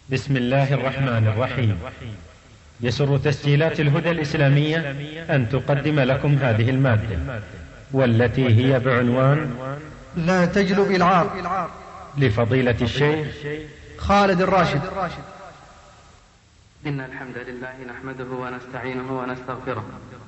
بسم الله الرحمن الرحيم. يسر تسجيلات الهدى الإسلامية أن تقدم لكم هذه المادة والتي هي بعنوان لا تجلب العار لفضيلة الشيخ خالد الراشد. إن الحمد لله نحمده ونستعينه ونستغفره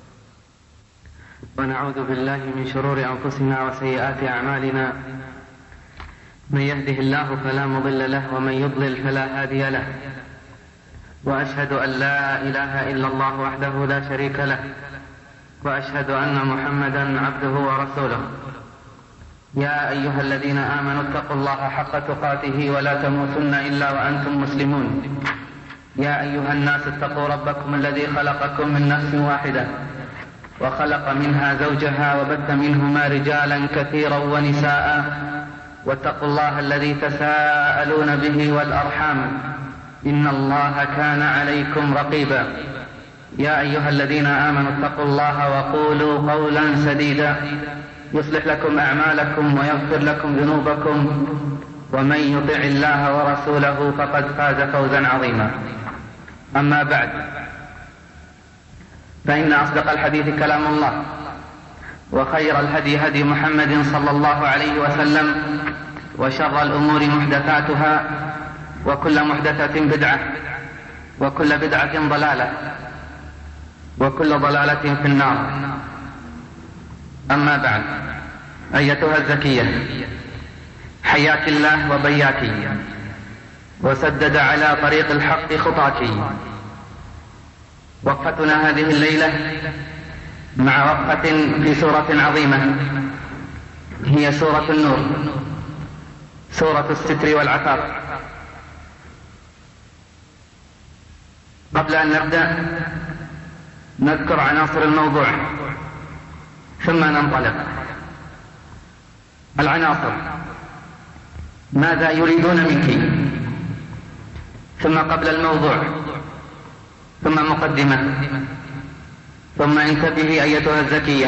ونعوذ بالله من شرور أنفسنا وسيئات أعمالنا. من يهده الله فلا مضل له ومن يضلل فلا هادي له، وأشهد أن لا إله إلا الله وحده لا شريك له، وأشهد أن محمدا عبده ورسوله. يا أيها الذين آمنوا اتقوا الله حق تقاته ولا تموتن إلا وأنتم مسلمون. يا أيها الناس اتقوا ربكم الذي خلقكم من نفس واحدة وخلق منها زوجها وبث منهما رجالا كثيرا ونساء، واتقوا الله الذي تساءلون به والأرحام إن الله كان عليكم رقيبا. يا أيها الذين آمنوا اتقوا الله وقولوا قولا سديدا يصلح لكم أعمالكم ويغفر لكم ذنوبكم، ومن يطع الله ورسوله فقد فاز فوزا عظيما. أما بعد، فإن أصدق الحديث كلام الله، وخير الهدي هدي محمد صلى الله عليه وسلم، وشر الأمور محدثاتها، وكل محدثة بدعة، وكل بدعة ضلالة، وكل ضلالة في النار. أما بعد، أيتها الزكية، حياك الله وبياك وسدد على طريق الحق خطاك. وقفتنا هذه الليلة مع وقفة في سورة عظيمة، هي سورة النور، سورة الستر والعفاف. قبل أن نبدأ نذكر عناصر الموضوع ثم ننطلق. العناصر: ماذا يريدون منك، ثم قبل الموضوع، ثم مقدمة، ثم انتبهي أيتها الزكية،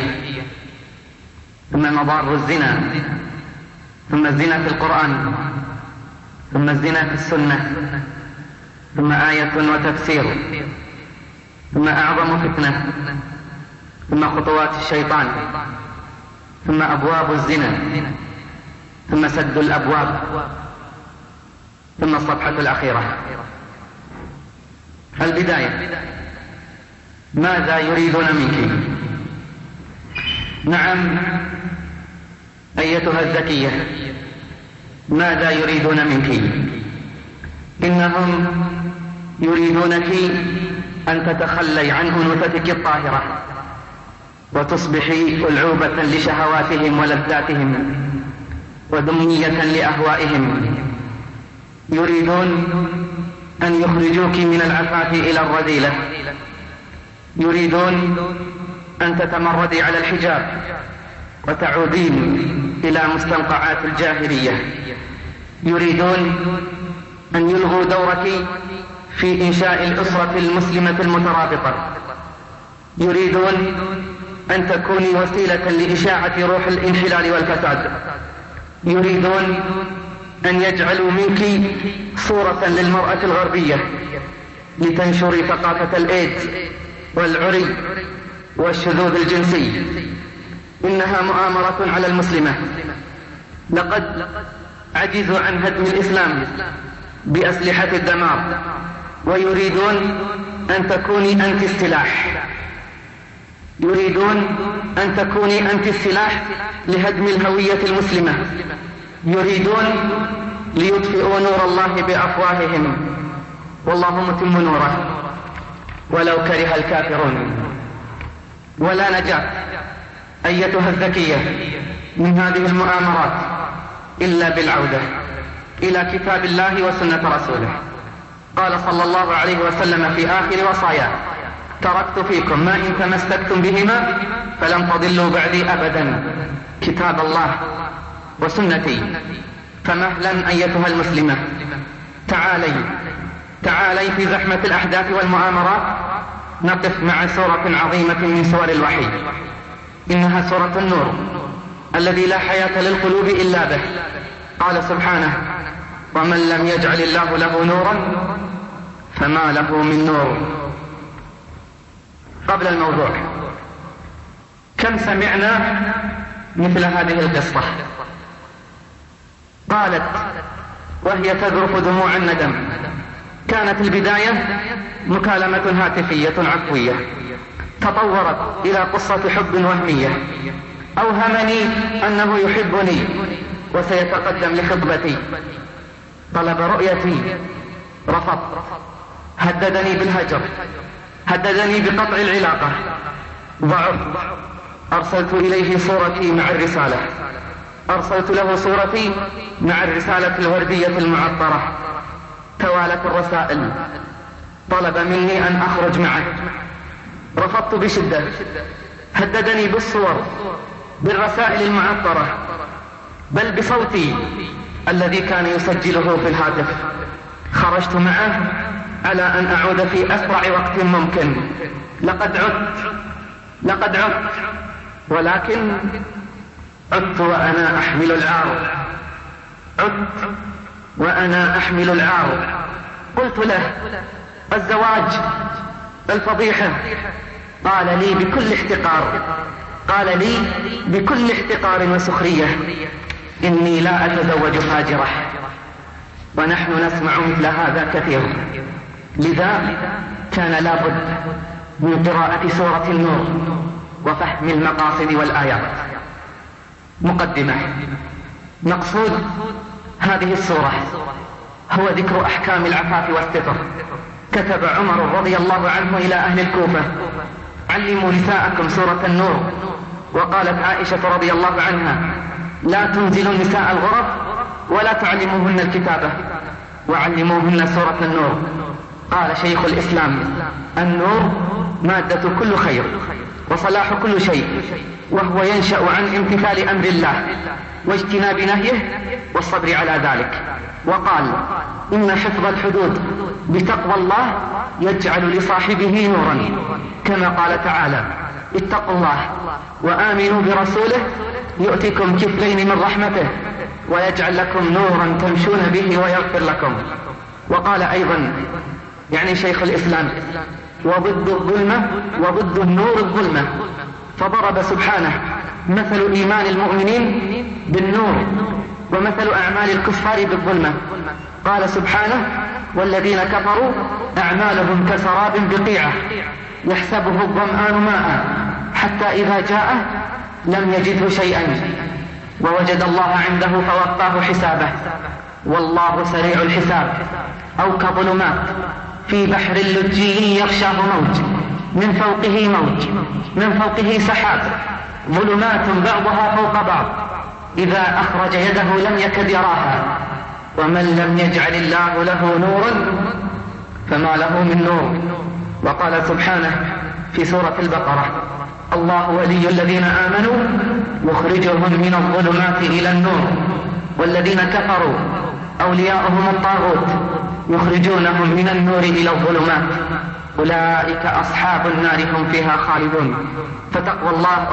ثم مضار الزنا، ثم الزنا في القرآن، ثم الزنا في السنة، ثم آية وتفسير، ثم أعظم فتنة، ثم خطوات الشيطان، ثم أبواب الزنا، ثم سد الأبواب، ثم الصفحة الأخيرة. البداية: ماذا يريدون منك؟ نعم أيتها الزكية، ماذا يريدون منك؟ إنهم يريدونك أن تتخلي عن أنوثتك الطاهرة وتصبحي ألعوبة لشهواتهم ولذاتهم ودمية لأهوائهم. يريدون أن يخرجوك من العفاف إلى الرذيلة. يريدون أن تتمردي على الحجاب وتعودين إلى مستنقعات الجاهلية. يريدون أن يلغوا دورك في إنشاء الأسرة المسلمة المترابطة. يريدون أن تكوني وسيلة لإشاعة روح الانحلال والفساد. يريدون أن يجعلوا منك صورة للمرأة الغربية لتنشري ثقافة الإيدز والعري والشذوذ الجنسي. إنها مؤامرة على المسلمة. لقد عجزوا عن هدم الإسلام بأسلحة الدمار، ويريدون أن تكوني أنت السلاح. يريدون أن تكوني أنت السلاح لهدم الهوية المسلمة. يريدون ليطفئوا نور الله بأفواههم، والله متم نوره ولو كره الكافرون. ولا نجاة أيتها الزكية من هذه المؤامرات إلا بالعودة إلى كتاب الله وسنة رسوله. قال صلى الله عليه وسلم في آخر وصاياه: تركت فيكم ما إن تمسكتم بهما فلن تضلوا بعدي أبدا، كتاب الله وسنتي. فمهلا أيتها المسلمة، تعالي في زحمة الأحداث والمؤامرات نقف مع سورة عظيمة من سور الوحي. إنها سورة النور الذي لا حياة للقلوب إلا به. قال سبحانه: ومن لم يجعل الله له نورا فما له من نور. قبل الموضوع، كم سمعنا مثل هذه القصة؟ قالت وهي تذرف دموع الندم: كانت البداية مكالمة هاتفية عفوية، تطورت إلى قصة حب وهمية. أوهمني أنه يحبني وسيتقدم لخطبتي، طلب رؤيتي، رفضت، هددني بالهجر، هددني بقطع العلاقة، ضعف، أرسلت إليه صورتي مع الرسالة، أرسلت له صورتي مع الرسالة الوردية المعطرة، توالت الرسائل، طلب مني أن أخرج معه، رفضت بشدة، هددني بالصور، بالرسائل المعطرة، بل بصوتي الذي كان يسجله في الهاتف. خرجت معه على أن أعود في أسرع وقت ممكن. لقد عدت، ولكن عدت وأنا أحمل العار، عدت وأنا أحمل العار. قلت له: الزواج، الفضيحة. قال لي بكل احتقار وسخرية: إني لا أتزوج فاجرة. ونحن نسمع مثل هذا كثيرا، لذا كان لابد من قراءة سورة النور وفهم المقاصد والآيات. مقدمة: مقصود هذه السورة هو ذكر أحكام العفاف والستر. كتب عمر رضي الله عنه إلى أهل الكوفة: علموا نساءكم سورة النور. وقالت عائشة رضي الله عنها: لا تنزلوا النساء الغرف ولا تعلموهن الكتابة وعلموهن سورة النور. قال شيخ الإسلام: النور مادة كل خير وصلاح كل شيء، وهو ينشأ عن امتثال أمر الله واجتناب نهيه والصبر على ذلك. وقال: إن حفظ الحدود بتقوى الله يجعل لصاحبه نورا، كما قال تعالى: اتقوا الله وآمنوا برسوله يؤتكم كفلين من رحمته ويجعل لكم نورا تمشون به ويغفر لكم. وقال أيضا، يعني شيخ الإسلام: وضد الظلمة وضد النور الظلمة. فضرب سبحانه مثل إيمان المؤمنين بالنور ومثل أعمال الكفار بالظلمة. قال سبحانه: والذين كفروا أعمالهم كسراب بقيعة يحسبه الظمآن ماء حتى إذا جاءه لم يجده شيئا ووجد الله عنده فوقاه حسابه والله سريع الحساب. أو كظلمات في بحر لجي يغشاه موج من فوقه موج من فوقه سحاب، ظلمات بعضها فوق بعض إذا أخرج يده لم يكد يراها. ومن لم يجعل الله له نورا فما له من نور. وقال سبحانه في سورة البقرة: الله ولي الذين آمنوا يخرجهم من الظلمات إلى النور والذين كفروا أولياؤهم الطاغوت يخرجونهم من النور إلى الظلمات أولئك أصحاب النار هم فيها خالدون. فتقوى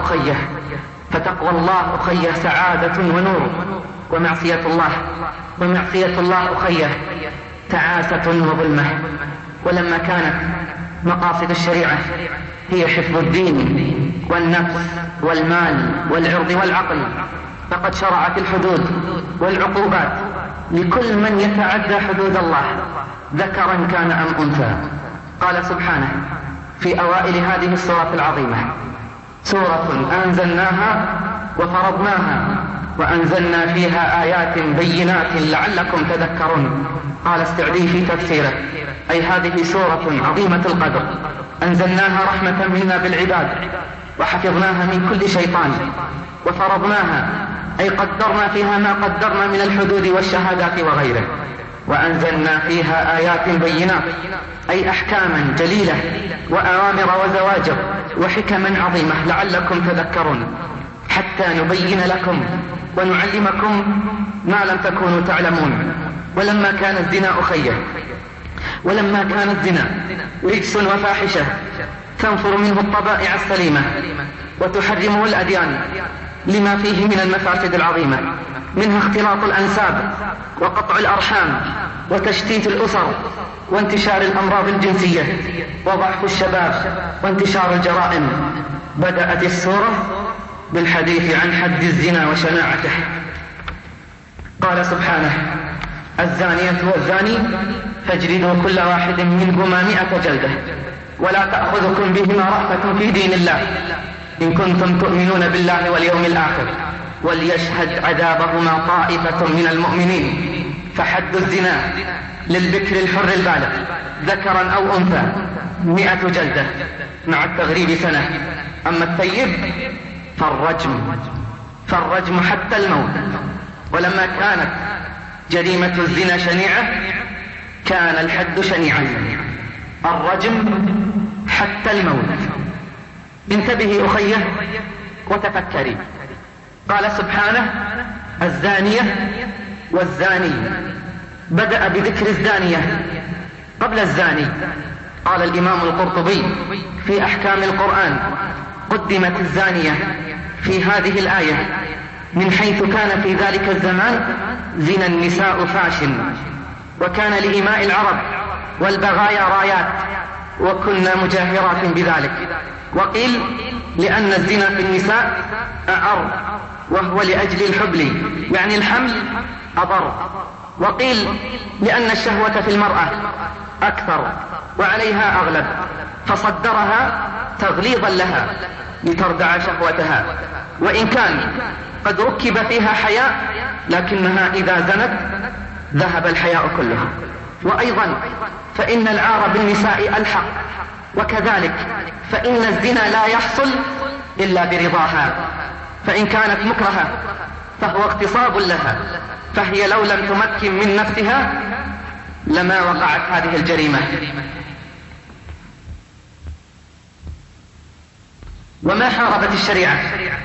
الله أخيه سعادة ونور، ومعصية الله أخيه تعاسة وظلمة. ولما كانت مقاصد الشريعة هي حفظ الدين والنفس والمال والعرض والعقل، فقد شرعت الحدود والعقوبات لكل من يتعدى حدود الله ذكرا كان أم أنثى. قال سبحانه في أوائل هذه السورة العظيمة: سورة أنزلناها وفرضناها وأنزلنا فيها آيات بينات لعلكم تذكرون. قال السعدي في تفسيره: أي هذه سورة عظيمة القدر أنزلناها رحمة منا بالعباد وحفظناها من كل شيطان، وفرضناها أي قدرنا فيها ما قدرنا من الحدود والشهادات وغيره، وأنزلنا فيها آيات بينات أي أحكاما جليلة وأوامر وزواجر وحكما عظيمة لعلكم تذكرون، حتى نبين لكم ونعلمكم ما لم تكونوا تعلمون. ولما كان الزنا رجس وفاحشة تنفر منه الطبائع السليمة وتحرمه الأديان، لما فيه من المفاسد العظيمة، منها اختلاط الأنساب وقطع الأرحام وتشتيت الأسر وانتشار الأمراض الجنسية وضعف الشباب وانتشار الجرائم. بدأت السورة بالحديث عن حد الزنا وشناعته. قال سبحانه: الزانية والزاني فاجلدوا كل واحد منهما 100 جلدة ولا تأخذكم بهما رأفة في دين الله إن كنتم تؤمنون بالله واليوم الآخر وليشهد عذابهما طائفة من المؤمنين. فحد الزنا للبكر الحر البالغ ذكرا أو أنثى 100 جلدة مع التغريب سنة. أما الثيب فالرجم حتى الموت. ولما كانت جريمة الزنا شنيعة كان الحد شنيعا، الرجم حتى الموت. انتبهي أخيه وتفكري. قال سبحانه: الزانية والزاني، بدأ بذكر الزانية قبل الزاني. قال الإمام القرطبي في أحكام القرآن: قدمت الزانية في هذه الآية من حيث كان في ذلك الزمان زنا النساء فاش، وكان لإماء العرب والبغايا رايات، وكنا مجاهرات بذلك. وقيل لأن الزنا في النساء أعر، وهو لأجل الحبل يعني الحمل أضر. وقيل لأن الشهوة في المرأة أكثر وعليها أغلب، فصدرها تغليظا لها لتردع شهوتها، وإن كان قد ركب فيها حياء لكنها إذا زنت ذهب الحياء كله. وأيضا فإن العار بالنساء ألحق، وكذلك فإن الزنا لا يحصل إلا برضاها، فإن كانت مكرهة فهو اغتصاب لها، فهي لو لم تمكن من نفسها لما وقعت هذه الجريمة. وما حاربت الشريعة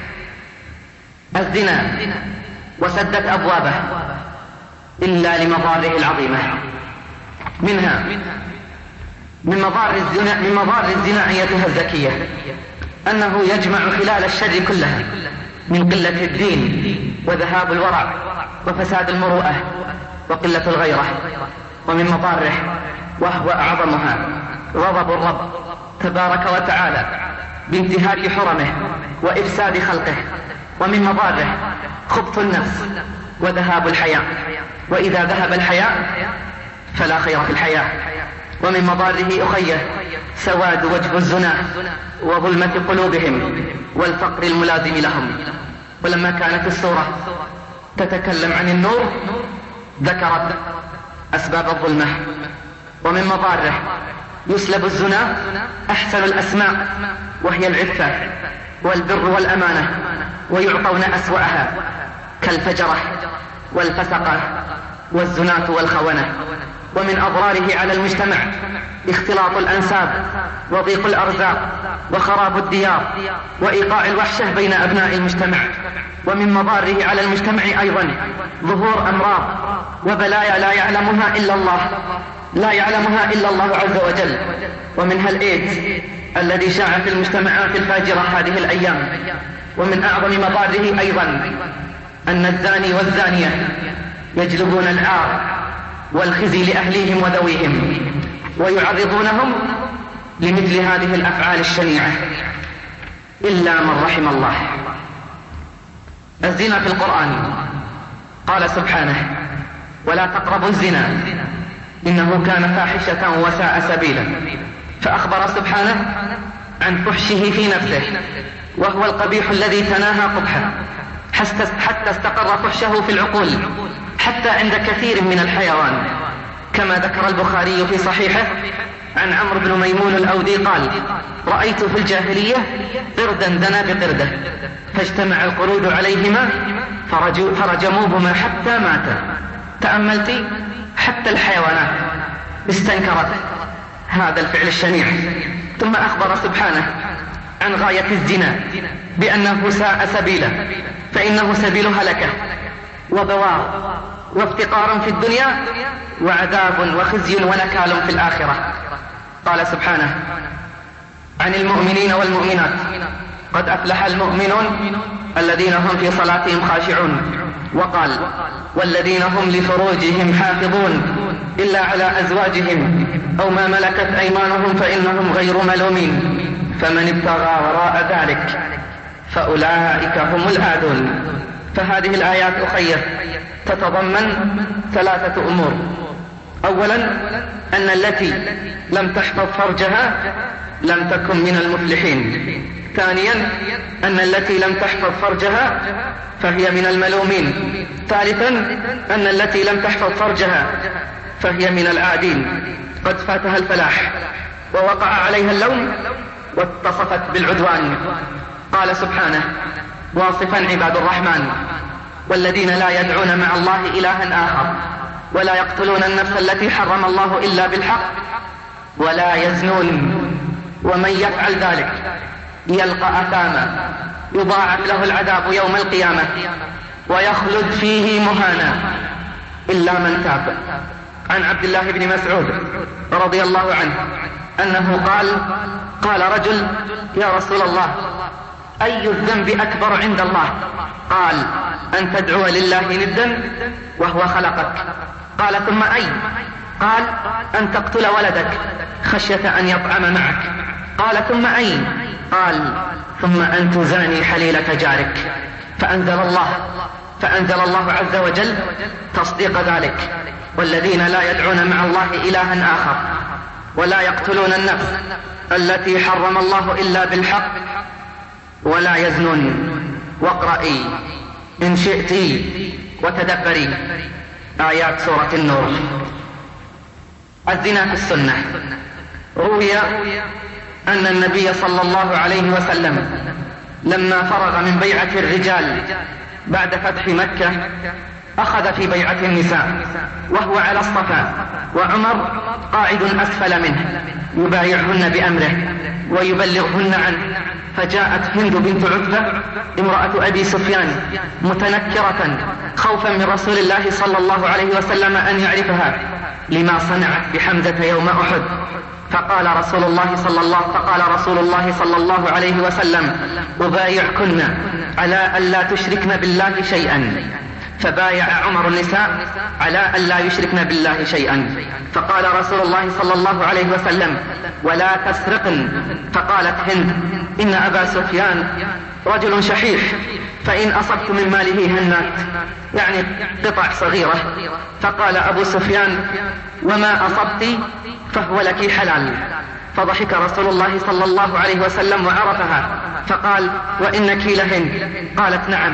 الزنا وسدت أبوابه إلا لمضاره العظيمة. منها من مضار الزنا عيتها الزكية أنه يجمع خلال الشر كلها من قلة الدين وذهاب الورع وفساد المروءة وقلة الغيرة. ومن مضاره وهو أعظمها غضب الرب تبارك وتعالى بانتهاك حرمه وإفساد خلقه. ومن مضاره خبث النفس وذهاب الحياء، وإذا ذهب الحياء فلا خير في الحياة. ومن مضاره أخيه سواد وجه الزنا وظلمة قلوبهم والفقر الملازم لهم. ولما كانت السورة تتكلم عن النور ذكرت أسباب الظلمة. ومن مضاره يسلب الزنا أحسن الأسماء وهي العفة والبر والأمانة، ويعطون أسوأها كالفجرة والفسقة والزناة والخونة. ومن أضراره على المجتمع اختلاط الأنساب وضيق الأرزاق وخراب الديار وإيقاع الوحشة بين أبناء المجتمع. ومن مضاره على المجتمع أيضا ظهور أمراض وبلايا لا يعلمها إلا الله عز وجل، ومنها الإيدز الذي شاع في المجتمعات الفاجرة هذه الأيام. ومن أعظم مضاره أيضا أن الزاني والزانية يجلبون العار والخزي لأهليهم وذويهم ويعرضونهم لمثل هذه الأفعال الشنيعة إلا من رحم الله. الزنا في القرآن قال سبحانه: ولا تقربوا الزنا إنه كان فاحشة وساء سبيلا. فأخبر سبحانه عن فحشه في نفسه، وهو القبيح الذي تناهى قبحه حتى استقر فحشه في العقول، حتى عند كثير من الحيوان، كما ذكر البخاري في صحيحه عن عمرو بن ميمون الأودي قال: رأيت في الجاهلية قردا دنا بقرده فاجتمع القرود عليهما فرجموهما حتى ماتا. تأملت حتى الحيوانات استنكرت هذا الفعل الشنيع. ثم أخبر سبحانه عن غاية الزنا بأنه ساء سبيلا، فإنه سبيل هلكة وبوار وافتقار في الدنيا وعذاب وخزي ونكال في الآخرة. قال سبحانه عن المؤمنين والمؤمنات: قد أفلح المؤمنون الذين هم في صلاتهم خاشعون. وقال: والذين هم لفروجهم حافظون إلا على أزواجهم أو ما ملكت أيمانهم فإنهم غير ملومين، فمن ابتغى وراء ذلك فأولئك هم العادون. فهذه الآيات أخية تتضمن 3 أمور: أولا أن التي لم تحفظ فرجها لم تكن من المفلحين. ثانيا أن التي لم تحفظ فرجها فهي من الملومين. ثالثا أن التي لم تحفظ فرجها فهي من العادين، قد فاتها الفلاح ووقع عليها اللوم واتصفت بالعدوان. قال سبحانه واصفا عباد الرحمن: والذين لا يدعون مع الله إلها آخر ولا يقتلون النفس التي حرم الله إلا بالحق ولا يزنون ومن يفعل ذلك يلقى أثاما يضاعف له العذاب يوم القيامة ويخلد فيه مهانا إلا من تاب. عن عبد الله بن مسعود رضي الله عنه أنه قال رجل: يا رسول الله، أي الذنب أكبر عند الله؟ قال: أن تدعو لله ندا وهو خلقك. قال: ثم أي؟ قال: أن تقتل ولدك خشية أن يطعم معك. قال: ثم أي؟ قال: ثم أن تزاني حليلة جارك. فأنزل الله عز وجل تصديق ذلك: والذين لا يدعون مع الله إلها آخر ولا يقتلون النفس التي حرم الله إلا بالحق ولا يزنون. واقرأي إن شئت وتدبري آيات سورة النور. الزنا في السنة. روي أن النبي صلى الله عليه وسلم لما فرغ من بيعة الرجال بعد فتح مكة أخذ في بيعة النساء وهو على الصفا، وعمر قاعد أسفل منه يبايعهن بأمره ويبلغهن عنه. فجاءت هند بنت عتبة امرأة أبي سفيان متنكرة خوفا من رسول الله صلى الله عليه وسلم أن يعرفها لما صنعت بحمزة يوم أحد. فقال رسول الله صلى الله عليه وسلم: أبايعكن على ألا تشركن بالله شيئا. فبايع عمر النساء على ألا يشركن بالله شيئا. فقال رسول الله صلى الله عليه وسلم: ولا تسرقن. فقالت هند: إن أبا سفيان رجل شحيح، فإن أصبت من ماله هنات، يعني قطع صغيرة. فقال أبو سفيان: وما أصبت فهو لك حلال. فضحك رسول الله صلى الله عليه وسلم وعرفها فقال: وإنك لهند؟ قالت: نعم.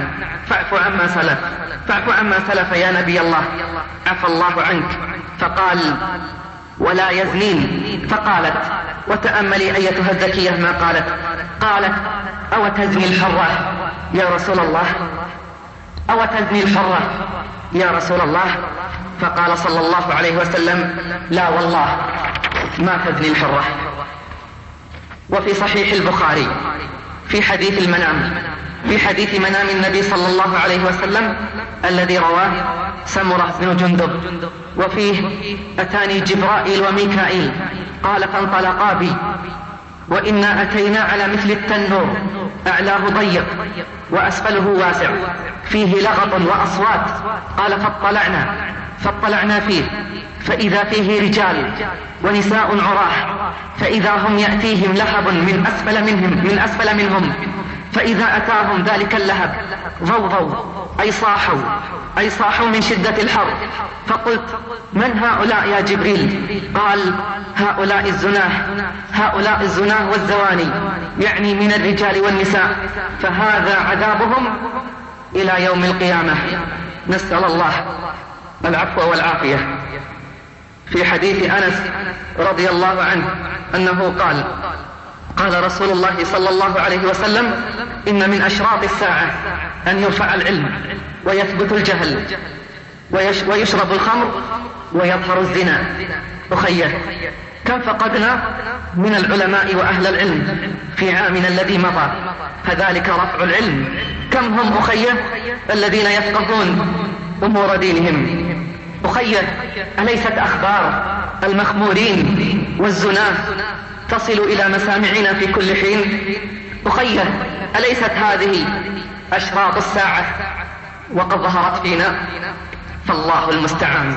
فاعف عما سلف يا نبي الله، عفى الله عنك. فقال: ولا يزنين. فقالت: وتأملي أيتها الذكية ما قالت: أو تزني الحرة يا رسول الله؟ أو تزني الحرة يا رسول الله؟ فقال صلى الله عليه وسلم: لا والله ما تزني الحرة. وفي صحيح البخاري في حديث منام النبي صلى الله عليه وسلم الذي رواه سمرة بن جندب، وفيه: أتاني جبرائيل وميكائيل قال فانطلقا بي وإنا أتينا على مثل التنور أعلاه ضيق وأسفله واسع فيه لغط وأصوات. قال فاطلعنا فيه فإذا فيه رجال ونساء عراه، فإذا هم يأتيهم لهب من أسفل منهم، فإذا أتاهم ذلك اللهب ضوضوا أي صاحوا من شدة الحر. فقلت: من هؤلاء يا جبريل؟ قال: هؤلاء الزناه والزواني، يعني من الرجال والنساء، فهذا عذابهم إلى يوم القيامة. نسأل الله العفو والعافية. في حديث أنس رضي الله عنه أنه قال رسول الله صلى الله عليه وسلم: إن من أشراط الساعة أن يرفع العلم ويثبت الجهل ويشرب الخمر ويظهر الزنا. أخيه، كم فقدنا من العلماء وأهل العلم في عامنا الذي مضى، فذلك رفع العلم. كم هم أخيه الذين يفقهون أمور دينهم؟ أخيه، أليست أخبار المخمورين والزناه تصل إلى مسامعنا في كل حين؟ أخيه، أليست هذه أشراط الساعة وقد ظهرت فينا، فالله المستعان.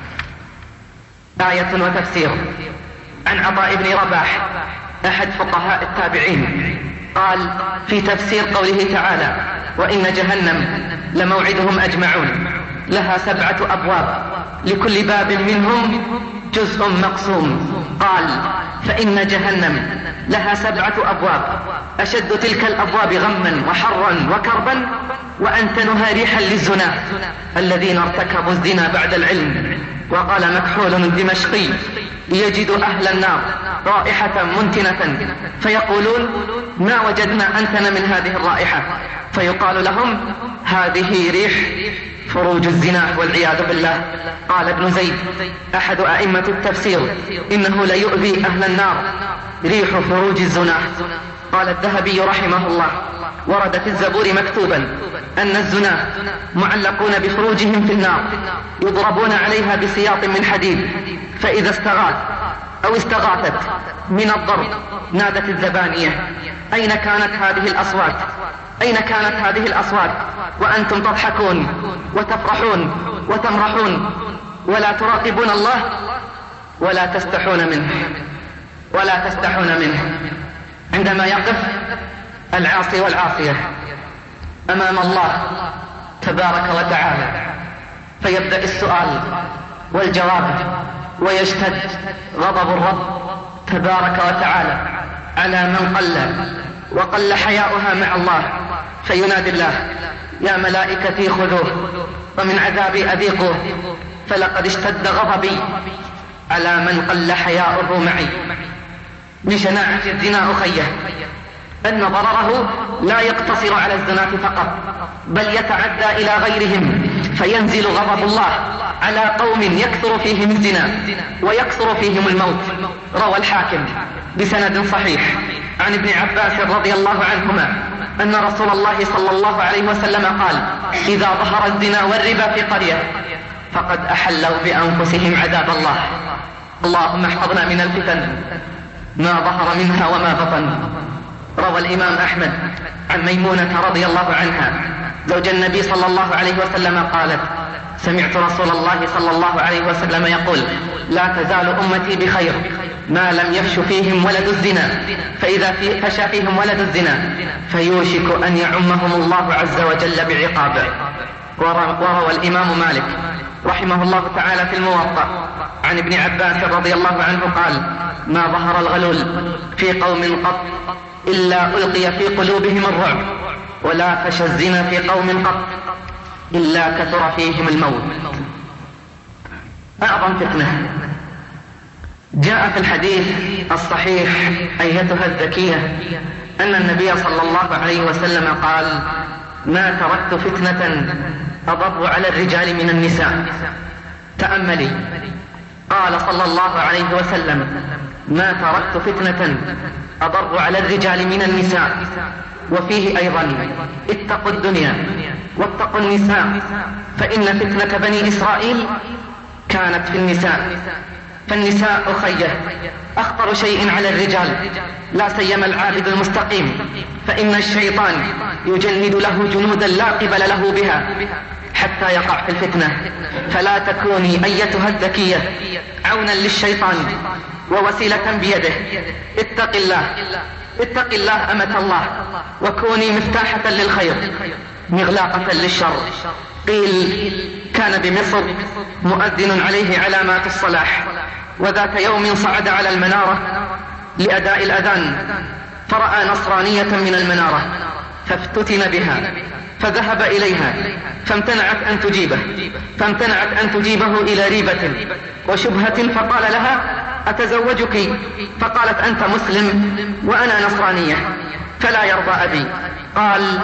آية وتفسير. عن عطاء بن رباح أحد فقهاء التابعين قال في تفسير قوله تعالى: وإن جهنم لموعدهم أجمعون، لها 7 أبواب لكل باب منهم جزء مقسوم. قال: فإن جهنم لها 7 أبواب، أشد تلك الأبواب غما وحرا وكربا وأنتنها ريحا للزنا الذين ارتكبوا الزنا بعد العلم. وقال مكحول الدمشقي: يجد أهل النار رائحة منتنة فيقولون: ما وجدنا أنتن من هذه الرائحة، فيقال لهم: هذه ريح فروج الزنا والعياذ بالله. قال ابن زيد أحد أئمة التفسير: إنه ليؤذي أهل النار ريح فروج الزنا. قال الذهبي رحمه الله: ورد في الزبور مكتوبا أن الزنا معلقون بفروجهم في النار، يضربون عليها بسياط من حديد، فإذا استغاث أو استغاثت من الضرب نادت الزبانية: أين كانت هذه الأصوات؟ أين كانت هذه الأصوات وأنتم تضحكون وتفرحون وتمرحون ولا تراقبون الله ولا تستحون منه ولا تستحون منه. عندما يقف العاصي والعاصية أمام الله تبارك وتعالى فيبدأ السؤال والجواب، ويشتد غضب الرب تبارك وتعالى على من وقل حياؤها مع الله، فينادي الله: يا ملائكتي خذوه ومن عذابي أذيقوه، فلقد اشتد غضبي على من قل حياؤه معي. من شناعة الزنا أخيه أن ضرره لا يقتصر على الزنا فقط، بل يتعدى إلى غيرهم، فينزل غضب الله على قوم يكثر فيهم الزنا ويكثر فيهم الموت. روى الحاكم بسند صحيح عن ابن عباس رضي الله عنهما أن رسول الله صلى الله عليه وسلم قال: إذا ظهر الزنا والربا في قرية فقد أحلوا بأنفسهم عذاب الله. اللهم احفظنا من الفتن ما ظهر منها وما بطن. روى الإمام أحمد عن ميمونة رضي الله عنها زوج النبي صلى الله عليه وسلم قالت: سمعت رسول الله صلى الله عليه وسلم يقول: لا تزال أمتي بخير ما لم يفش فيهم ولد الزنا، فإذا فشى فيهم ولد الزنا فيوشك أن يعمهم الله عز وجل بعقابه. وروى الإمام مالك رحمه الله تعالى في الموطأ عن ابن عباس رضي الله عنه قال: ما ظهر الغلول في قوم قط إلا ألقي في قلوبهم الرعب، ولا فشى الزنا في قوم قط إلا كثر فيهم الموت. أعظم فتنة جاء في الحديث الصحيح أيتها الذكية أن النبي صلى الله عليه وسلم قال: ما تركت فتنة أضر على الرجال من النساء. تأملي، قال صلى الله عليه وسلم: ما تركت فتنة أضر على الرجال من النساء. وفيه أيضا: اتقوا الدنيا واتقوا النساء، فإن فتنة بني إسرائيل كانت في النساء. فالنساء أخيه أخطر شيء على الرجال، لا سيما العابد المستقيم، فإن الشيطان يجند له جنودا لا قبل له بها حتى يقع في الفتنة. فلا تكوني أيتها الذكية عونا للشيطان ووسيلة بيده. اتق الله أمة الله، وكوني مفتاحة للخير مغلاقة للشر. قيل: كان بمصر مؤذن عليه علامات الصلاح، وذات يوم صعد على المنارة لأداء الأذان، فرأى نصرانية من المنارة فافتتن بها، فذهب إليها فامتنعت أن تجيبه إلى ريبة وشبهة، فقال لها: أتزوجك؟ فقالت: أنت مسلم وأنا نصرانية، فلا يرضى أبي. قال: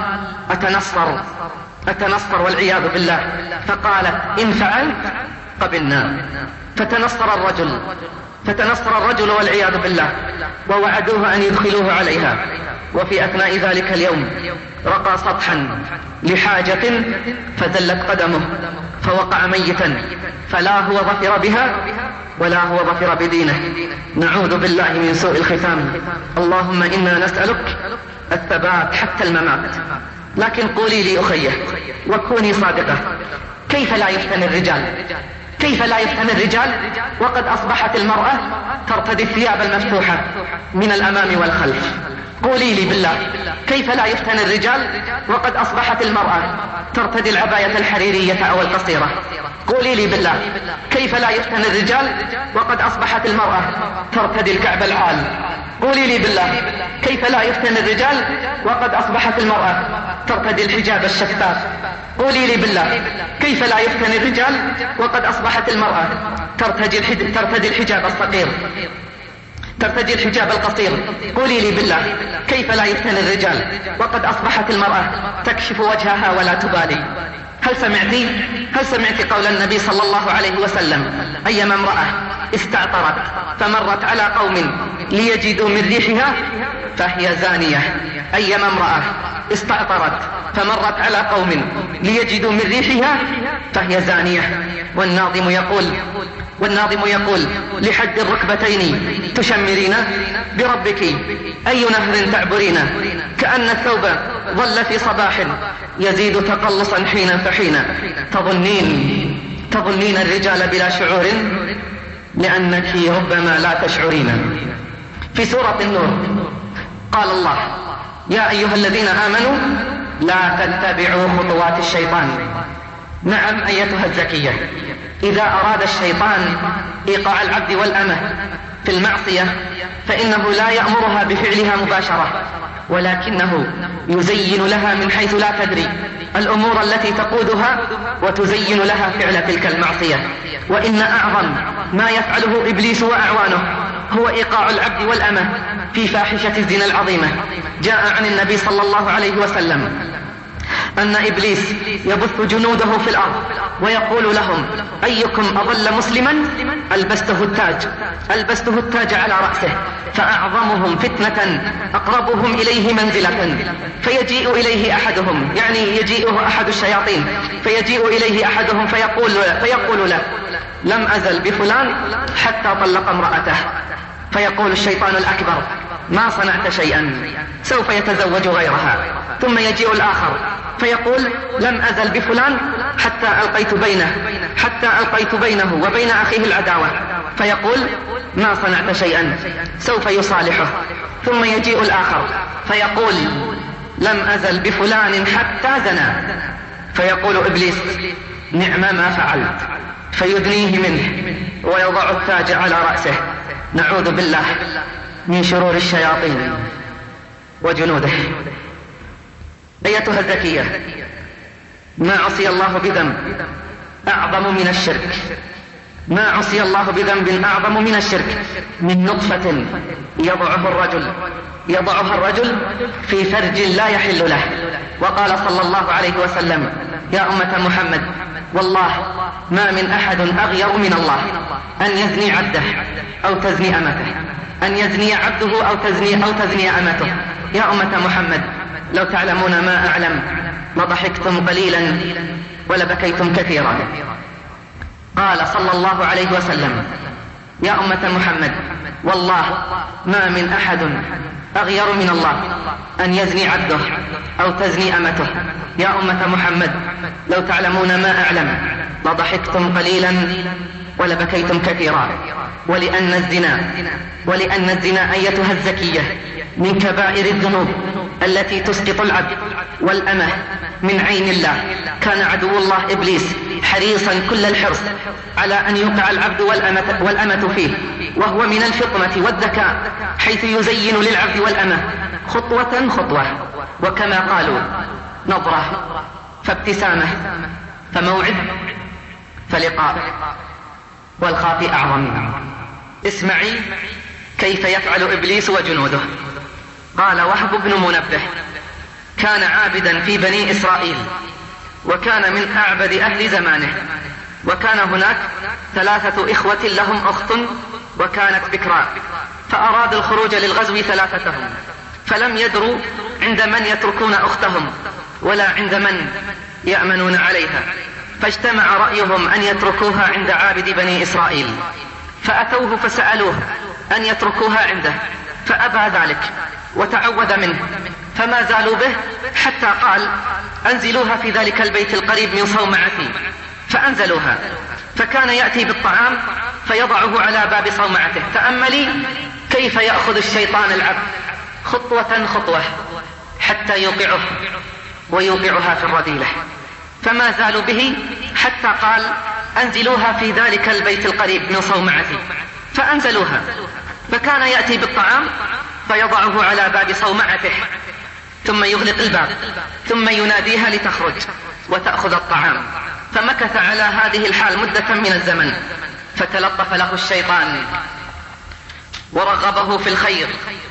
أتنصر والعياذ بالله. فقالت: إن فعلت قبلنا. فتنصر الرجل والعياذ بالله، ووعدوه أن يدخلوه عليها. وفي أثناء ذلك اليوم رقى سطحا لحاجة فزلت قدمه فوقع ميتا، فلا هو ظفر بها ولا هو ظفر بدينه. نعوذ بالله من سوء الختام. اللهم إنا نسألك الثبات حتى الممات، لكن قولي لي أخيه وكوني صادقة، كيف لا يفتن الرجال؟ كيف لا يفتن الرجال وقد أصبحت المرأة ترتدي الثياب المفتوحة من الأمام والخلف؟ قولي لي بالله، كيف لا يفتن الرجال وقد أصبحت المرأة ترتدي العباية الحريرية أو القصيرة؟ قولي لي بالله، كيف لا يفتن الرجال وقد أصبحت المرأة ترتدي الكعب العال؟ قولي لي بالله، كيف لا يفتن الرجال وقد أصبحت المرأة ترتدي الحجاب الشفاف؟ قولي لي بالله، كيف لا يفتن الرجال وقد أصبحت المرأة ترتدي الحجاب الصغير، ترتدي الحجاب القصير؟ قولي لي بالله، كيف لا يفتن الرجال وقد أصبحت المرأة تكشف وجهها ولا تبالي؟ هل سمعت قول النبي صلى الله عليه وسلم: أيما امرأة استعطرت فمرت على قوم ليجدوا من ريحها فهي زانية؟ أيما امرأة استعطرت فمرت على قوم ليجدوا من ريحها فهي زانية. والناظم يقول: لحد الركبتين تشمرين بربك أي نهر تعبرين، كأن الثوب ظل في صباح يزيد تقلصا حينا فحينا، تظنين الرجال بلا شعور لأنك ربما لا تشعرين. في سورة النور قال الله: يا أيها الذين آمنوا لا تتبعوا خطوات الشيطان. نعم أيتها الزكية، إذا أراد الشيطان إيقاع العبد والأمة في المعصية فإنه لا يأمرها بفعلها مباشرة، ولكنه يزين لها من حيث لا تدري الأمور التي تقودها وتزين لها فعل تلك المعصية. وإن أعظم ما يفعله إبليس وأعوانه هو إيقاع العبد والأمة في فاحشة الزنا العظيمة. جاء عن النبي صلى الله عليه وسلم أن إبليس يبث جنوده في الأرض ويقول لهم: أيكم أضل مسلما ألبسته التاج على رأسه، فأعظمهم فتنة أقربهم إليه منزلة، فيجيء إليه أحدهم، يعني يجيئه أحد الشياطين، فيجيء إليه أحدهم فيقول له: لم أزل بفلان حتى طلق امرأته. فيقول الشيطان الأكبر: ما صنعت شيئا، سوف يتزوج غيرها. ثم يجيء الآخر فيقول: لم أزل بفلان حتى ألقيت بينه وبين أخيه العداوة. فيقول: ما صنعت شيئا، سوف يصالحه. ثم يجيء الآخر فيقول: لم أزل بفلان حتى زنى. فيقول إبليس: نعم ما فعلت، فيدنيه منه ويضع التاج على رأسه. نعوذ بالله من شرور الشياطين وجنوده. أيتها الذكية، ما عصي الله بذنب أعظم من الشرك، ما عصي الله بذنب أعظم من الشرك من نطفة يضعها الرجل في فرج لا يحل له. وقال صلى الله عليه وسلم: يا أمة محمد، والله ما من أحد أغير من الله أن يزني عبده أو تزني أمته، أن يزني عبده أو تزني أمته. يا أمة محمد، لو تعلمون ما أعلم لضحكتم قليلا ولبكيتم كثيرا. قال صلى الله عليه وسلم: يا أمة محمد، والله ما من أحد أغير من الله أن يزني عبده أو تزني أمته. يا أمة محمد، لو تعلمون ما أعلم لضحكتم قليلا ولبكيتم كثيرا. ولأن الزنا أيتها الزكية من كبائر الذنوب التي تسقط العبد والأمة من عين الله. كان عدو الله إبليس حريصا كل الحرص على أن يوقع العبد والأمة فيه، وهو من الفطنة والذكاء، حيث يزين للعبد والأمة خطوة، وكما قالوا: نظرة فابتسامة فموعد فلقاء، والخاطئ أعظم. اسمعي كيف يفعل إبليس وجنوده. قال وهب بن منبه: كان عابدا في بني إسرائيل، وكان من أعبد أهل زمانه، وكان هناك 3 إخوة لهم أخت وكانت بكرا، فأراد الخروج للغزو 3، فلم يدروا عند من يتركون أختهم ولا عند من يأمنون عليها، فاجتمع رأيهم أن يتركوها عند عابد بني إسرائيل، فأتوه فسألوه أن يتركوها عنده، فأبى ذلك وتعوذ منه، فما زالوا به حتى قال أنزلوها في ذلك البيت القريب من صومعتي، فأنزلوها. فكان يأتي بالطعام فيضعه على باب صومعته. تأملي كيف يأخذ الشيطان العبد خطوة خطوة حتى يوقعه ويوقعها في الرذيلة. فما زالوا به حتى قال أنزلوها في ذلك البيت القريب من صومعتي، فأنزلوها. فكان يأتي بالطعام فيضعه على باب صومعته، ثم يغلق الباب، ثم يناديها لتخرج وتأخذ الطعام. فمكث على هذه الحال مدة من الزمن، فتلطف له الشيطان ورغبه في الخير.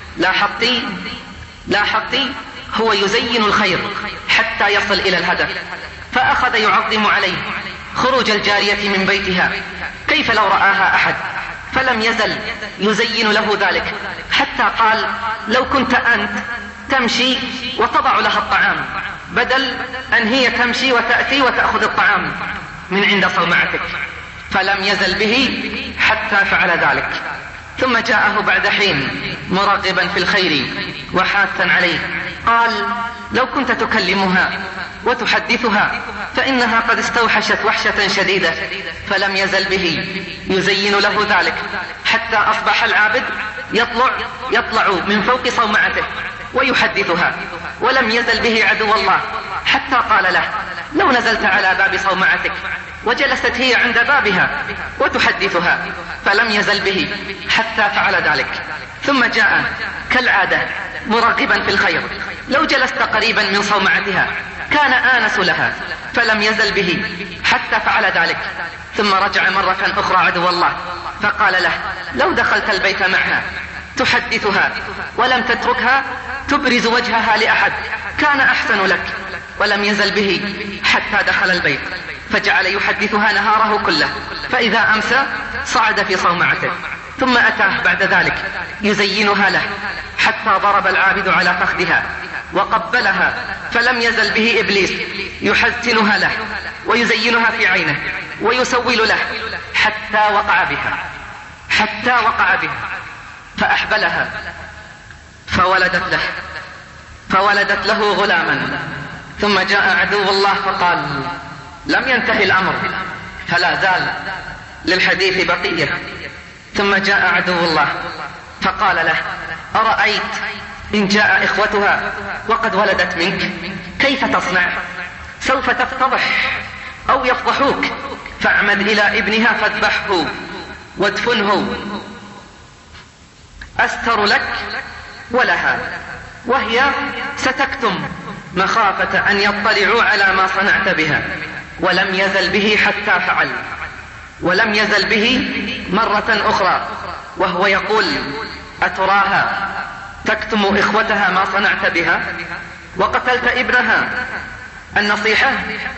لاحظتي هو يزين الخير حتى يصل إلى الهدف. فأخذ يعظم عليه خروج الجارية من بيتها، كيف لو رآها أحد، فلم يزل يزين له ذلك حتى قال لو كنت أنت تمشي وتضع لها الطعام بدل أن هي تمشي وتأتي وتأخذ الطعام من عند صومعتك. فلم يزل به حتى فعل ذلك. ثم جاءه بعد حين مرغبا في الخير وحاثا عليه، قال لو كنت تكلمها وتحدثها فإنها قد استوحشت وحشة شديدة. فلم يزل به يزين له ذلك حتى أصبح العابد يطلع من فوق صومعته ويحدثها. ولم يزل به عدو الله حتى قال له لو نزلت على باب صومعتك وجلست هي عند بابها وتحدثها. فلم يزل به حتى فعل ذلك. ثم جاء كالعادة مرغبا في الخير، لو جلست قريبا من صومعتها كان آنس لها. فلم يزل به حتى فعل ذلك. ثم رجع مرة أخرى عدو الله فقال له لو دخلت البيت معها تحدثها ولم تتركها تبرز وجهها لأحد كان أحسن لك. ولم يزل به حتى دخل البيت فجعل يحدثها نهاره كله، فإذا أمسى صعد في صومعته. ثم أتاه بعد ذلك يزينها له حتى ضرب العابد على فخذها وقبلها. فلم يزل به إبليس يحسنها له ويزينها في عينه ويسول له حتى وقع بها فأحبلها فولدت له غلاما. ثم جاء عدو الله فقال لم ينتهي الأمر فلا زال للحديث بقية. ثم جاء عدو الله فقال له أرأيت إن جاء إخوتها وقد ولدت منك كيف تصنع؟ سوف تفتضح أو يفضحوك، فاعمد إلى ابنها فاذبحه وادفنه أستر لك ولها، وهي ستكتم مخافة أن يطلعوا على ما صنعت بها. ولم يزل به حتى فعل. ولم يزل به مرة أخرى وهو يقول أتراها تكتم إخوتها ما صنعت بها وقتلت ابنها؟ النصيحة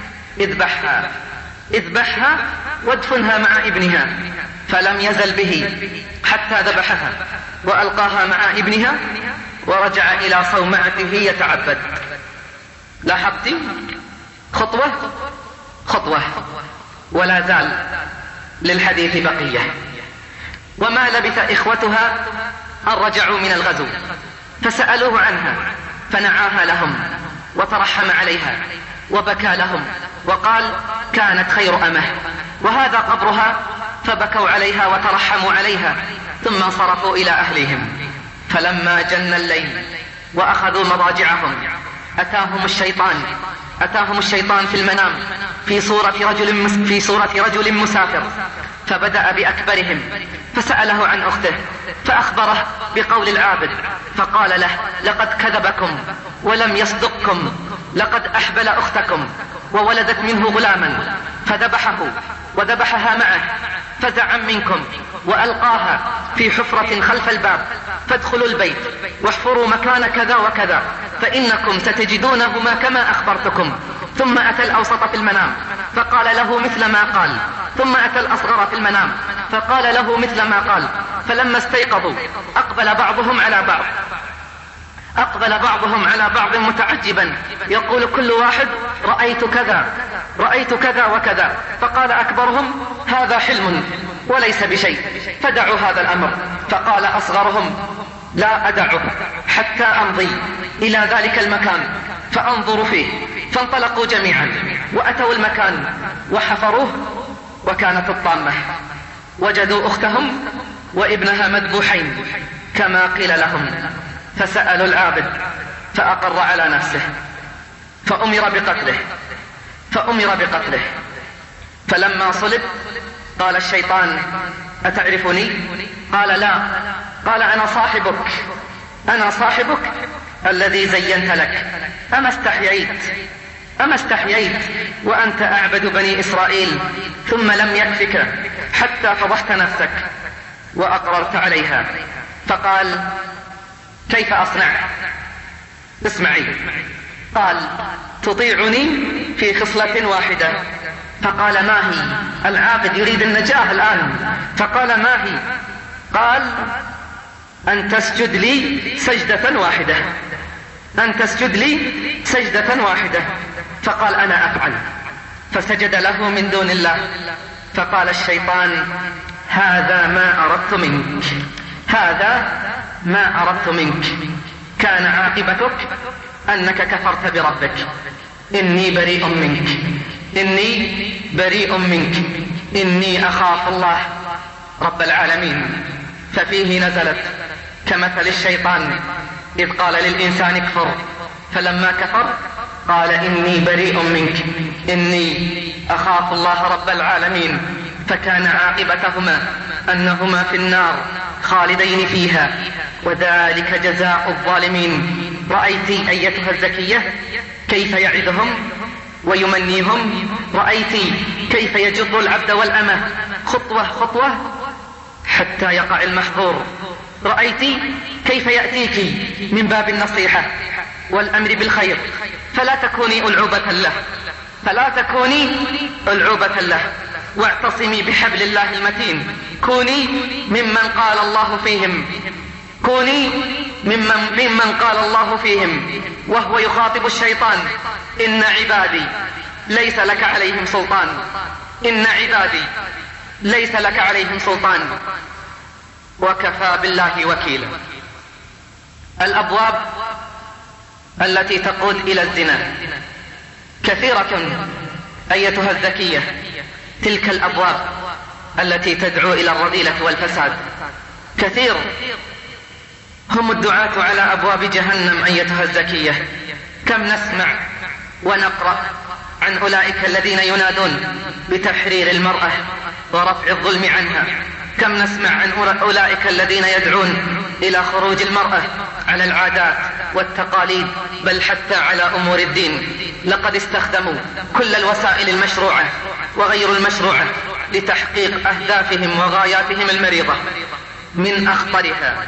اذبحها وادفنها مع ابنها. فلم يزل به حتى ذبحها وألقاها مع ابنها ورجع إلى صومعته يتعبد. لاحظتي خطوة ولا زال للحديث بقية. وما لبث إخوتها أن رجعوا من الغزو فسألوه عنها فنعاها لهم وترحم عليها وبكى لهم وقال كانت خير أمه وهذا قبرها، فبكوا عليها وترحموا عليها ثم انصرفوا إلى أهلهم. فلما جن الليل وأخذوا مضاجعهم أتاهم الشيطان في المنام في صورة رجل مسافر، فبدأ بأكبرهم فسأله عن أخته فأخبره بقول العابد فقال له لقد كذبكم ولم يصدقكم، لقد أحبل أختكم وولدت منه غلاما فذبحه وذبحها معه، فزع منكم وألقاها في حفرة خلف الباب، فادخلوا البيت واحفروا مكان كذا وكذا فإنكم ستجدونهما كما أخبرتكم. ثم أتى الأوسط في المنام فقال له مثل ما قال، ثم أتى الأصغر في المنام فقال له مثل ما قال. فلما استيقظوا أقبل بعضهم على بعض متعجبا يقول كل واحد رأيت كذا وكذا. فقال أكبرهم هذا حلم وليس بشيء فدعوا هذا الأمر. فقال أصغرهم لا أدعه حتى أمضي إلى ذلك المكان فأنظر فيه. فانطلقوا جميعا وأتوا المكان وحفروه، وكانت الطامة وجدوا أختهم وابنها مذبوحين كما قيل لهم، فسألوا العابد فأقر على نفسه فأمر بقتله. فلما صلب قال الشيطان: أتعرفني؟ قال: لا. قال: أنا صاحبك الذي زينت لك. أما استحييت وأنت أعبد بني إسرائيل، ثم لم يكفك حتى فضحت نفسك وأقررت عليها. فقال: كيف أصنع؟ اسمعي. قال: تطيعني في خصلة واحدة. فقال: ما هي؟ العابد يريد النجاة الآن. فقال: ما هي؟ قال: أن تسجد لي سجدة واحدة. فقال: أنا أفعل. فسجد له من دون الله. فقال الشيطان: هذا ما أردت منك، كان عاقبتك أنك كفرت بربك. إني بريء منك، إني أخاف الله رب العالمين. ففيه نزلت كمثل الشيطان إذ قال للإنسان اكفر، فلما كفر قال: إني بريء منك، إني أخاف الله رب العالمين. فكان عاقبتهما أنهما في النار خالدين فيها، وذلك جزاء الظالمين. رأيت أيتها الزكية كيف يعدهم ويمنيهم؟ رأيت كيف يجر العبد والأمة خطوة حتى يقع المحظور؟ رأيت كيف يأتيك من باب النصيحة والأمر بالخير، فلا تكوني ألعوبة له، واعتصمي بحبل الله المتين. كوني ممن قال الله فيهم وهو يخاطب الشيطان: إن عبادي ليس لك عليهم سلطان وكفى بالله وكيلا. الأبواب التي تقود إلى الزنا كثيرة أيتها الذكية، تلك الأبواب التي تدعو إلى الرذيلة والفساد. كثير هم الدعاة على أبواب جهنم أيتها الزكية. كم نسمع ونقرأ عن أولئك الذين ينادون بتحرير المرأة ورفع الظلم عنها. كم نسمع عن أولئك الذين يدعون إلى خروج المرأة على العادات والتقاليد، بل حتى على أمور الدين. لقد استخدموا كل الوسائل المشروعة وغير المشروعة لتحقيق أهدافهم وغاياتهم المريضة. من أخطرها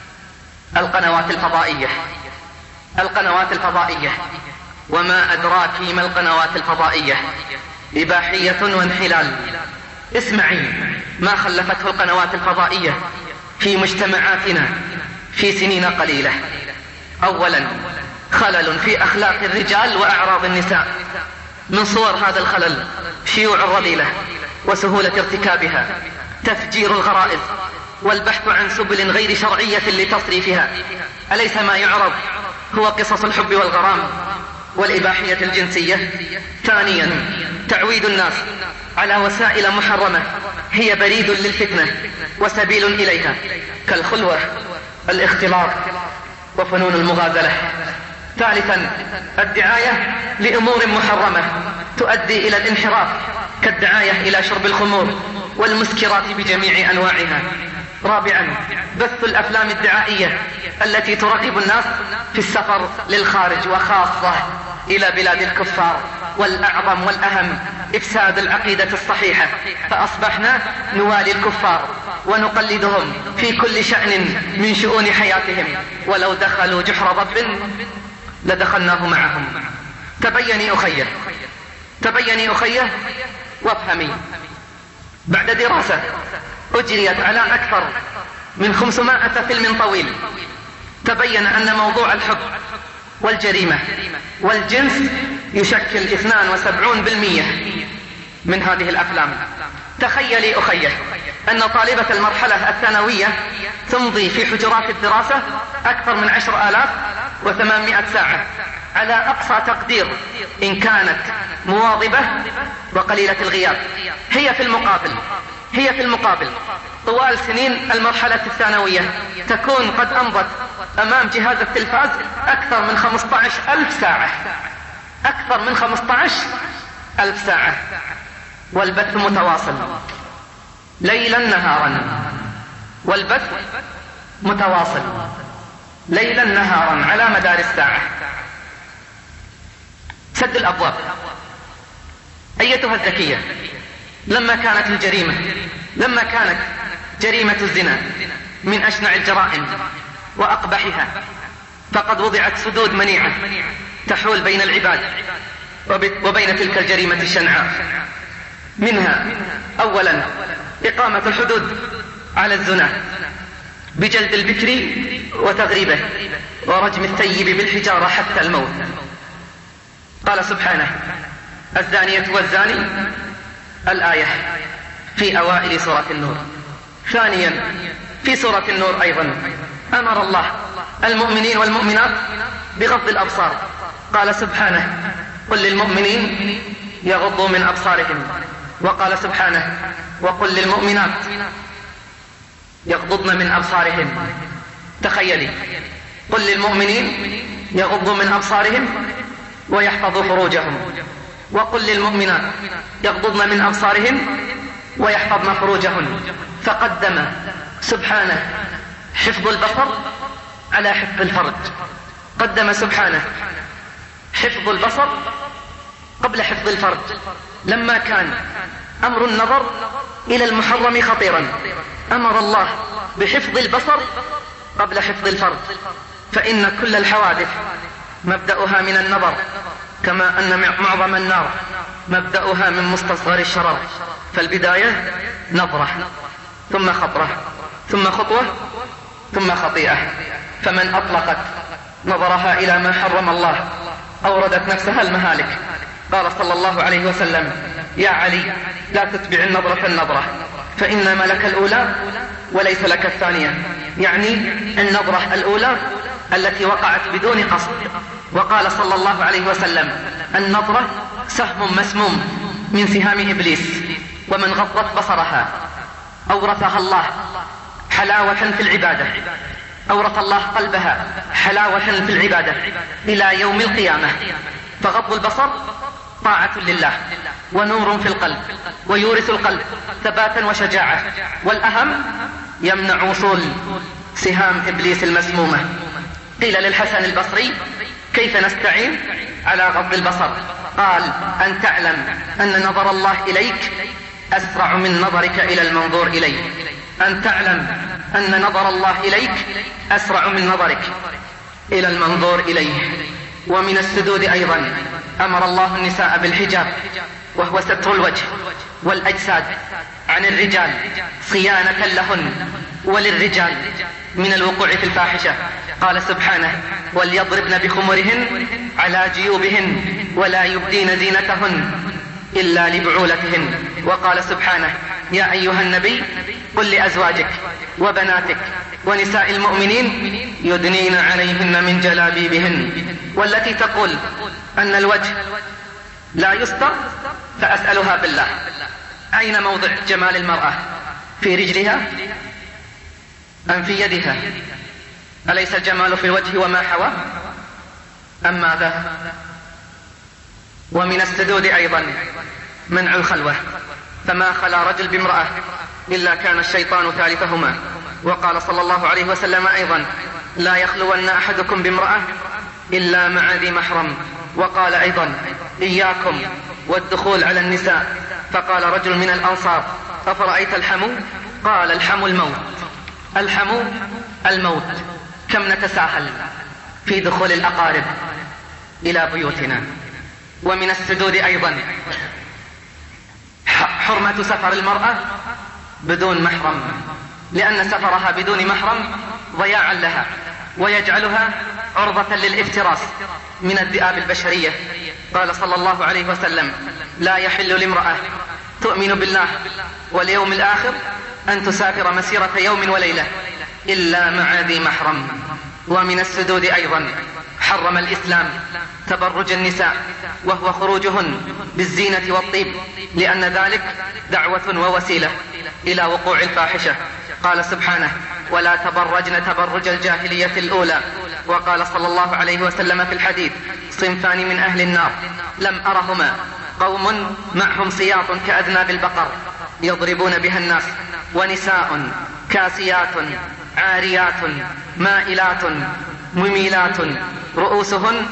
القنوات الفضائية. وما أدراك ما القنوات الفضائية؟ إباحية وانحلال. اسمعي ما خلفته القنوات الفضائية في مجتمعاتنا في سنين قليلة. أولا، خلل في أخلاق الرجال وأعراض النساء. من صور هذا الخلل شيوع الرذيلة وسهولة ارتكابها، تفجير الغرائز والبحث عن سبل غير شرعية لتصريفها. أليس ما يعرض هو قصص الحب والغرام والإباحية الجنسية؟ ثانيا، تعويد الناس على وسائل محرمة هي بريد للفتنة وسبيل إليها، كالخلوة، الاختلاط، وفنون المغازلة. ثالثا، الدعاية لأمور محرمة تؤدي إلى الانحراف، كالدعاية إلى شرب الخمور والمسكرات بجميع أنواعها. رابعا، بث الأفلام الدعائية التي ترغب الناس في السفر للخارج وخاصة إلى بلاد الكفار. والأعظم والأهم إفساد العقيدة الصحيحة، فأصبحنا نوالي الكفار ونقلدهم في كل شأن من شؤون حياتهم، ولو دخلوا جحر ضب لدخلناه معهم. تبيني أخيه وافهمي. بعد دراسة أجريت على أكثر من 500 فيلم طويل، تبين أن موضوع الحب والجريمة والجنس يشكل 72% من هذه الأفلام. تخيلي أخيه أن طالبة المرحلة الثانوية تمضي في حجرات الدراسة أكثر من 10,000 و800 ساعة على أقصى تقدير إن كانت مواظبة وقليلة الغياب. هي في المقابل طوال سنين المرحلة الثانوية تكون قد أمضت أمام جهاز التلفاز أكثر من 15,000 ساعة، أكثر من 15,000 ساعة، والبث متواصل ليلا نهارا، والبث متواصل ليلا نهارا على مدار الساعة. سد الأبواب. أيتها الذكية، لما كانت جريمة الزنا من أشنع الجرائم وأقبحها، فقد وضعت سدود منيعة تحول بين العباد وبين تلك الجريمة الشنعاء. منها أولا إقامة الحدود على الزنا بجلد البكر وتغريبه ورجم الثيب بالحجارة حتى الموت. قال سبحانه: الزانية والزاني، الآية في أوائل سورة النور. ثانيا في سورة النور أيضا أمر الله المؤمنين والمؤمنات بغض الأبصار. قال سبحانه: قل للمؤمنين يغضوا من أبصارهم. وقال سبحانه: وقل للمؤمنات يغضضن من أبصارهم. تخيلي، قل للمؤمنين يغضوا من أبصارهم ويحفظوا فروجهم، وقل للمؤمنات يغضضن من أبصارهم ويحفظن فروجهن. فقدم سبحانه حفظ البصر على حفظ الفرج. قدم سبحانه حفظ البصر قبل حفظ الفرج، لما كان أمر النظر إلى المحرم خطيرا أمر الله بحفظ البصر قبل حفظ الفرج. فإن كل الحوادث مبدأها من النظر، كما أن معظم النار مبدأها من مستصغر الشرر. فالبداية نظرة، ثم خطرة، ثم خطوة، ثم خطيئة. فمن أطلقت نظرها إلى ما حرم الله أوردت نفسها المهالك. قال صلى الله عليه وسلم: يا علي، لا تتبع النظرة النظرة، فإنما لك الأولى وليس لك الثانية، يعني النظرة الأولى التي وقعت بدون قصد. وقال صلى الله عليه وسلم: النظرة سهم مسموم من سهام إبليس، ومن غضت بصرها أورثها الله حلاوة في العبادة، أورث الله قلبها حلاوة في العبادة إلى يوم القيامة. فغض البصر طاعة لله ونور في القلب، ويورث القلب ثباتا وشجاعة، والأهم يمنع وصول سهام إبليس المسمومة. قيل للحسن البصري: كيف نستعين على غض البصر؟ قال: أن تعلم أن نظر الله إليك أسرع من نظرك إلى المنظور إليه. أن تعلم أن نظر الله إليك أسرع من نظرك إلى المنظور إليه. ومن السدود أيضا أمر الله النساء بالحجاب، وهو ستر الوجه والأجساد عن الرجال صيانة لهن وللرجال من الوقوع في الفاحشة. قال سبحانه: وليضربن بخمرهن على جيوبهن ولا يبدين زينتهن إلا لبعولتهن. وقال سبحانه: يا أيها النبي قل لأزواجك وبناتك ونساء المؤمنين يدنين عليهن من جلابيبهن. والتي تقول أن الوجه لا يستر فأسألها بالله: أين موضع جمال المرأة؟ في رجلها أم في يدها؟ أليس الجمال في الوجه وما حواه أم ماذا؟ ومن السدود أيضا منع الخلوة، فما خلا رجل بامرأة إلا كان الشيطان ثالثهما. وقال صلى الله عليه وسلم أيضا: لا يخلون أحدكم بامرأة إلا مع ذي محرم. وقال أيضا: إياكم والدخول على النساء. فقال رجل من الأنصار: أفرأيت الحمو؟ قال: الحمو الموت. الحمو الموت. كم نتساهل في دخول الأقارب إلى بيوتنا. ومن السدود أيضا حرمة سفر المرأة بدون محرم، لأن سفرها بدون محرم ضياعا لها ويجعلها عرضة للافتراس من الذئاب البشرية. قال صلى الله عليه وسلم: لا يحل لامرأة تؤمن بالله واليوم الآخر أن تسافر مسيرة يوم وليلة إلا مع ذي محرم. ومن السدود أيضا حرم الإسلام تبرج النساء وهو خروجهن بالزينة والطيب، لأن ذلك دعوة ووسيلة إلى وقوع الفاحشة. قال سبحانه: ولا تبرجن تبرج الجاهلية الأولى. وقال صلى الله عليه وسلم في الحديث: صنفان من أهل النار لم أرهما، قوم معهم سياط كأذناب البقر يضربون بها الناس، ونساء كاسيات عاريات مائلات مميلات رؤوسهن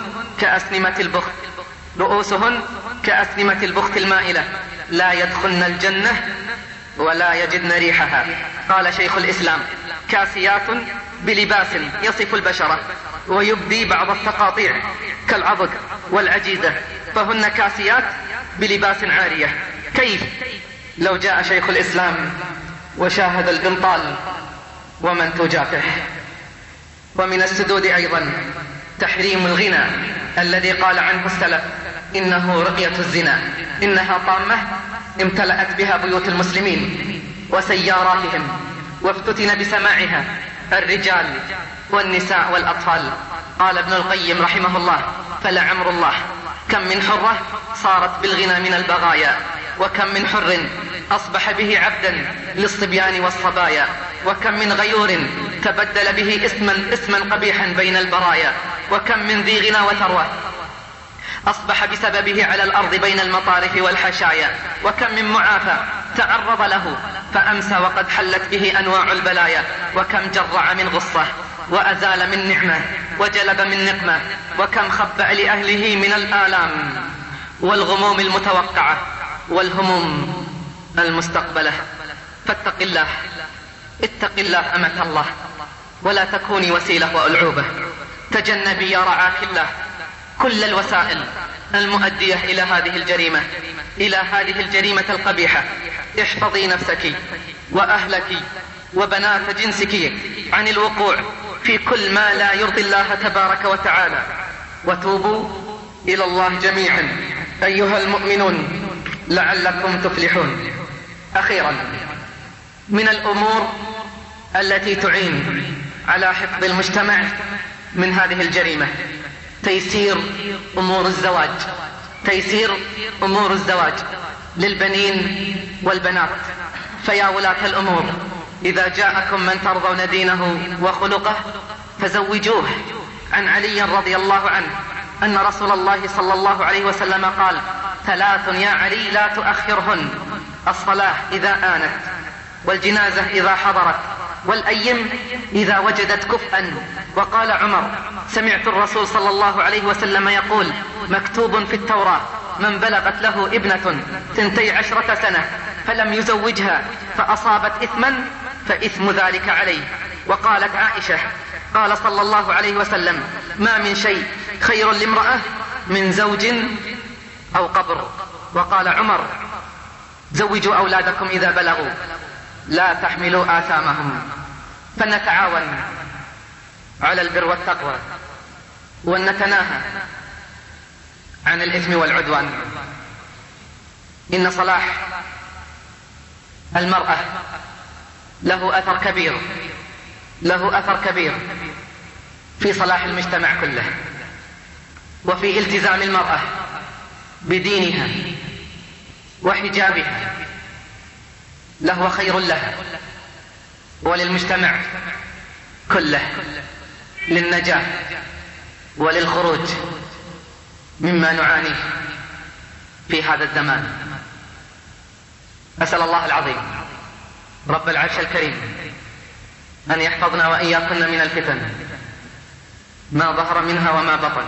كأسنمة البخت المائلة لا يدخلن الجنة ولا يجدن ريحها. قال شيخ الإسلام: كاسيات بلباس يصف البشرة ويبدي بعض التقاطيع كالعضد والعجيزة، فهن كاسيات بلباس عارية. كيف لو جاء شيخ الإسلام وشاهد البنطال ومن تجافح؟ ومن السدود أيضا تحريم الغنى الذي قال عنه السلف: إنه رقية الزنا، إنها طامة امتلأت بها بيوت المسلمين وسياراتهم، وافتتن بسماعها الرجال والنساء والأطفال. قال ابن القيم رحمه الله: فلعمر الله كم من حرة صارت بالغنى من البغايا، وكم من حر أصبح به عبدا للصبيان والصبايا، وكم من غيور تبدل به اسما قبيحا بين البرايا، وكم من ذي غنى وثروة أصبح بسببه على الأرض بين المطارف والحشايا، وكم من معافى تعرض له فأمسى وقد حلت به أنواع البلايا، وكم جرع من غصة وأزال من نعمة وجلب من نقمة، وكم خبأ لأهله من الآلام والغموم المتوقعة والهموم المستقبلة. فاتق الله، اتق الله أمة الله، ولا تكوني وسيلة وألعوبة. تجنبي يا رعاك الله كل الوسائل المؤدية إلى هذه الجريمة القبيحة. احفظي نفسك وأهلك وبنات جنسك عن الوقوع في كل ما لا يرضي الله تبارك وتعالى، وتوبوا إلى الله جميعا أيها المؤمنون لعلكم تفلحون. أخيرا، من الأمور التي تعين على حفظ المجتمع من هذه الجريمة تيسير أمور الزواج للبنين والبنات. فيا ولاة الأمور، إذا جاءكم من ترضون دينه وخلقه فزوجوه. عن علي رضي الله عنه أن رسول الله صلى الله عليه وسلم قال: 3 يا علي لا تؤخرهن: الصلاة إذا آنت، والجنازة إذا حضرت، والأيم إذا وجدت كفءا. وقال عمر: سمعت الرسول صلى الله عليه وسلم يقول: مكتوب في التوراة من بلغت له ابنة 12 سنة فلم يزوجها فأصابت إثما فإثم ذلك عليه. وقالت عائشة: قال صلى الله عليه وسلم: ما من شيء خير لامرأة من زوج أو قبر. وقال عمر: زوجوا أولادكم إذا بلغوا لا تحملوا آثامهم. فنتعاون على البر والتقوى، ونتناهى عن الإثم والعدوان. إن صلاح المرأة له أثر كبير في صلاح المجتمع كله، وفي التزام المرأة بدينها وحجابها لهو خير لها وللمجتمع كله، للنجاة وللخروج مما نعانيه في هذا الزمان. أسأل الله العظيم رب العرش الكريم أن يحفظنا وإياكن من الفتن ما ظهر منها وما بطن.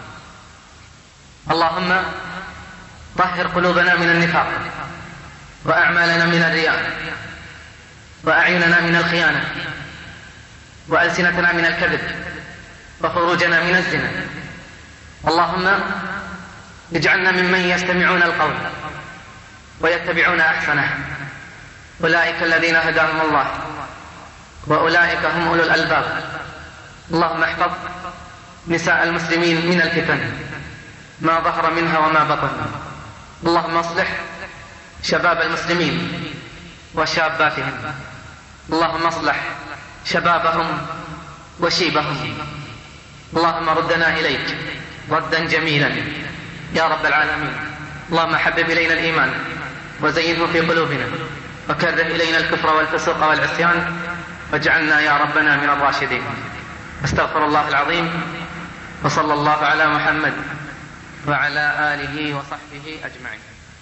اللهم طهر قلوبنا من النفاق، وأعمالنا من الرياء، وأعيننا من الخيانة، وألسنتنا من الكذب، وخروجنا من الزنا. اللهم اجعلنا ممن يستمعون القول ويتبعون أحسنه. أولئك الذين هداهم الله وأولئك هم أولو الألباب. اللهم احفظ نساء المسلمين من الفتن ما ظهر منها وما بطن. اللهم اصلح شباب المسلمين وشاباتهم. اللهم اصلح شبابهم وشيبهم. اللهم ردنا إليك ردا جميلا يا رب العالمين. اللهم حبب إلينا الإيمان وزينه في قلوبنا وكره إلينا الكفر والفسوق والعصيان واجعلنا يا ربنا من الراشدين. استغفر الله العظيم، وصلى الله على محمد وعلى آله وصحبه أجمعين.